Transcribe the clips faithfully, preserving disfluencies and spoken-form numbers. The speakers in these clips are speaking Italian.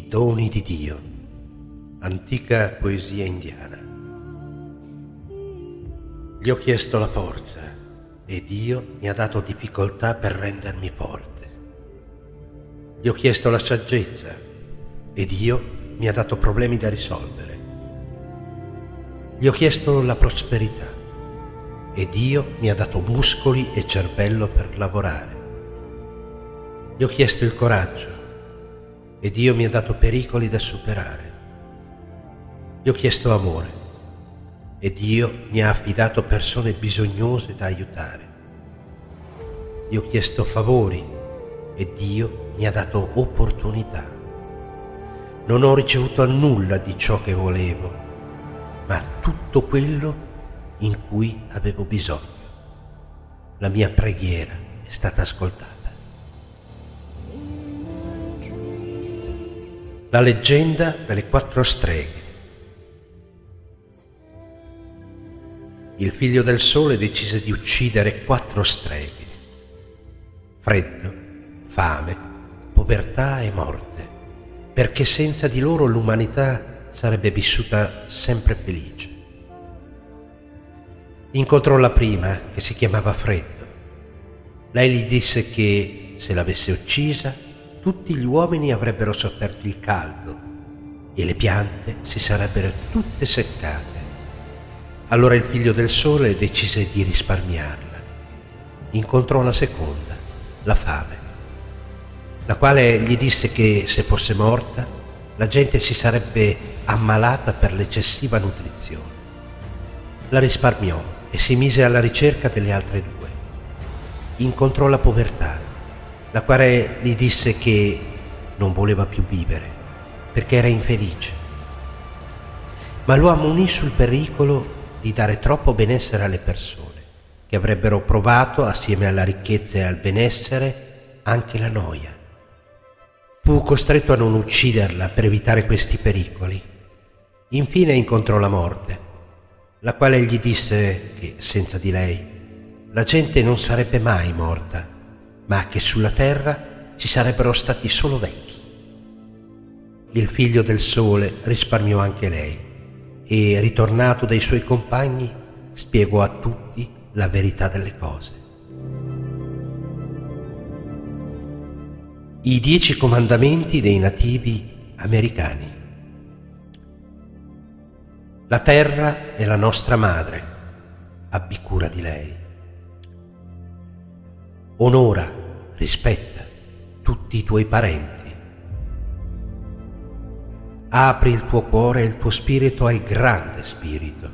doni di Dio, antica poesia indiana. Gli ho chiesto la forza e Dio mi ha dato difficoltà per rendermi forte. Gli ho chiesto la saggezza e Dio mi ha dato problemi da risolvere. Gli ho chiesto la prosperità e Dio mi ha dato muscoli e cervello per lavorare. Gli ho chiesto il coraggio e Dio mi ha dato pericoli da superare. Gli ho chiesto amore e Dio mi ha affidato persone bisognose da aiutare. Gli ho chiesto favori e Dio mi ha dato opportunità. Non ho ricevuto nulla di ciò che volevo, ma tutto quello in cui avevo bisogno. La mia preghiera è stata ascoltata. La leggenda delle quattro streghe. Il figlio del sole decise di uccidere quattro streghe. Freddo, fame, povertà e morte, perché senza di loro l'umanità sarebbe vissuta sempre felice. Incontrò la prima, che si chiamava Freddo. Lei gli disse che se l'avesse uccisa tutti gli uomini avrebbero sofferto il caldo e le piante si sarebbero tutte seccate. Allora il figlio del sole decise di risparmiarla. Incontrò la seconda, la fame, la quale gli disse che se fosse morta la gente si sarebbe ammalata per l'eccessiva nutrizione. La risparmiò e si mise alla ricerca delle altre due. Incontrò la povertà, la quale gli disse che non voleva più vivere perché era infelice. Ma lo ammonì sul pericolo di dare troppo benessere alle persone, che avrebbero provato, assieme alla ricchezza e al benessere, anche la noia. Fu costretto a non ucciderla per evitare questi pericoli. Infine incontrò la morte, la quale gli disse che senza di lei la gente non sarebbe mai morta, ma che sulla terra ci sarebbero stati solo vecchi. Il figlio del sole risparmiò anche lei e, ritornato dai suoi compagni, spiegò a tutti la verità delle cose. I dieci comandamenti dei nativi americani. La terra è la nostra madre, abbi cura di lei. Onora, rispetta tutti i tuoi parenti. Apri il tuo cuore e il tuo spirito al grande spirito.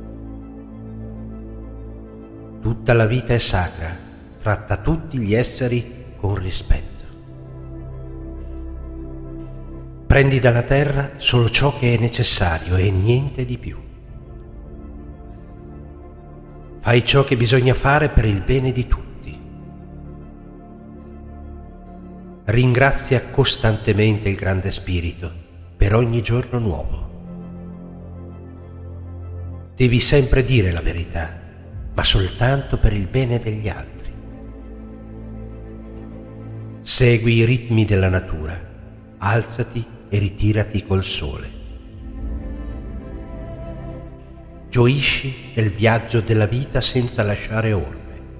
Tutta la vita è sacra, tratta tutti gli esseri con rispetto. Prendi dalla terra solo ciò che è necessario e niente di più. Fai ciò che bisogna fare per il bene di tutti. Ringrazia costantemente il grande spirito per ogni giorno nuovo. Devi sempre dire la verità, ma soltanto per il bene degli altri. Segui i ritmi della natura, alzati e ritirati col sole. Gioisci nel viaggio della vita senza lasciare orme.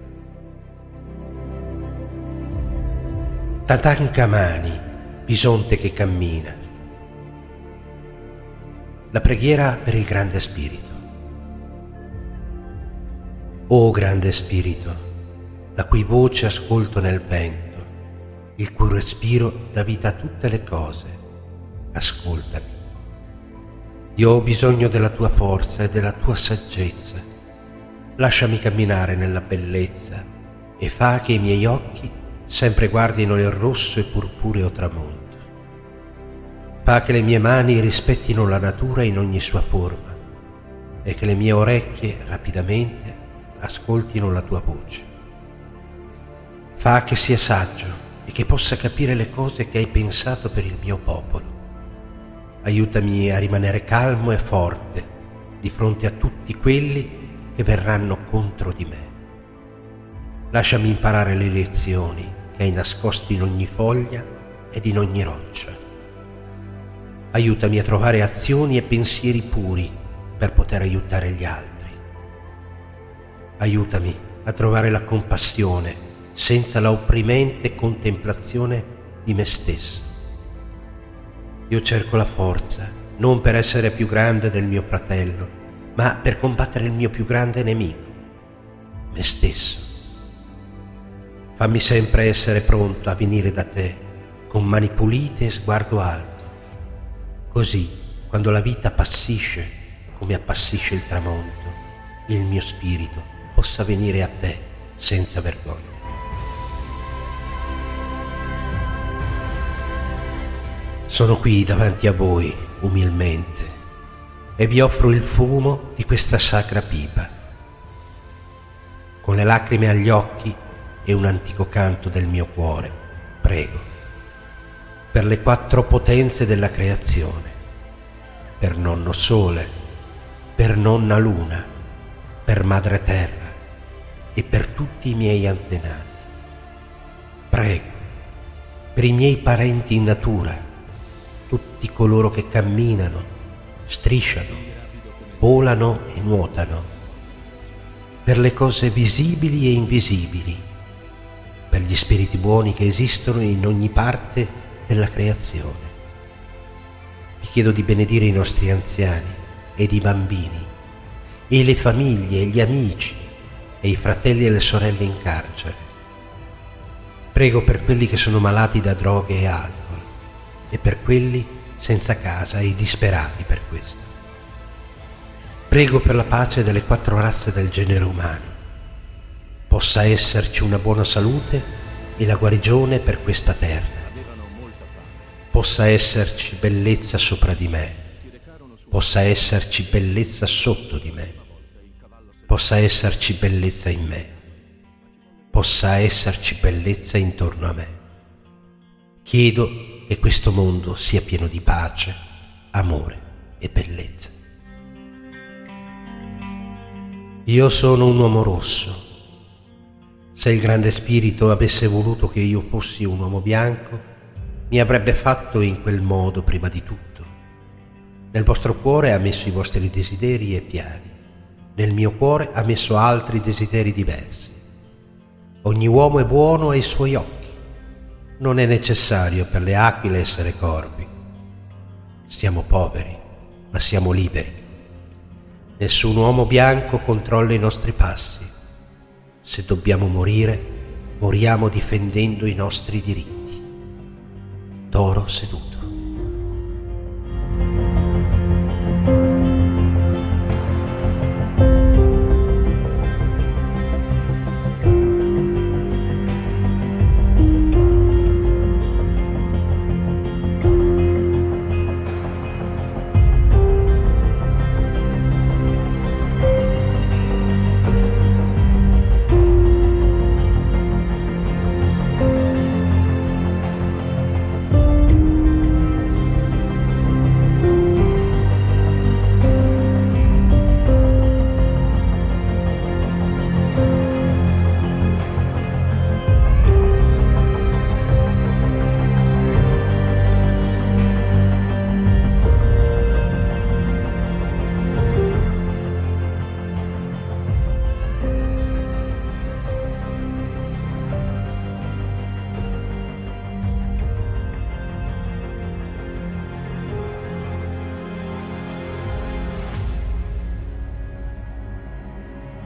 Tutankhamani, bisonte che cammina. La preghiera per il grande spirito. O grande spirito, la cui voce ascolto nel vento, il cui respiro dà vita a tutte le cose, ascoltami. Io ho bisogno della tua forza e della tua saggezza. Lasciami camminare nella bellezza e fa che i miei occhi sempre guardino il rosso e purpureo tramonto. Fa che le mie mani rispettino la natura in ogni sua forma e che le mie orecchie rapidamente ascoltino la tua voce. Fa che sia saggio e che possa capire le cose che hai pensato per il mio popolo. Aiutami a rimanere calmo e forte di fronte a tutti quelli che verranno contro di me. Lasciami imparare le lezioni che hai nascosto in ogni foglia ed in ogni roccia. Aiutami a trovare azioni e pensieri puri per poter aiutare gli altri. Aiutami a trovare la compassione senza la opprimente contemplazione di me stesso. Io cerco la forza non per essere più grande del mio fratello, ma per combattere il mio più grande nemico, me stesso. Fammi sempre essere pronto a venire da te con mani pulite e sguardo alto. Così, quando la vita appassisce, come appassisce il tramonto, il mio spirito possa venire a te senza vergogna. Sono qui davanti a voi, umilmente, e vi offro il fumo di questa sacra pipa. Con le lacrime agli occhi e un antico canto del mio cuore, prego. Per le quattro potenze della creazione, per nonno Sole, per nonna Luna, per madre Terra e per tutti i miei antenati. Prego, per i miei parenti in natura, tutti coloro che camminano, strisciano, volano e nuotano, per le cose visibili e invisibili, per gli spiriti buoni che esistono in ogni parte della creazione. Vi chiedo di benedire i nostri anziani ed i bambini, e le famiglie e gli amici, e i fratelli e le sorelle in carcere. Prego per quelli che sono malati da droghe e alcol, e per quelli senza casa e disperati per questo. Prego per la pace delle quattro razze del genere umano. Possa esserci una buona salute e la guarigione per questa terra. Possa esserci bellezza sopra di me, possa esserci bellezza sotto di me, possa esserci bellezza in me, possa esserci bellezza intorno a me. Chiedo che questo mondo sia pieno di pace, amore e bellezza. Io sono un uomo rosso. Se il grande spirito avesse voluto che io fossi un uomo bianco, mi avrebbe fatto in quel modo prima di tutto. Nel vostro cuore ha messo i vostri desideri e piani. Nel mio cuore ha messo altri desideri diversi. Ogni uomo è buono ai suoi occhi. Non è necessario per le aquile essere corvi. Siamo poveri, ma siamo liberi. Nessun uomo bianco controlla i nostri passi. Se dobbiamo morire, moriamo difendendo i nostri diritti. Toro seduto.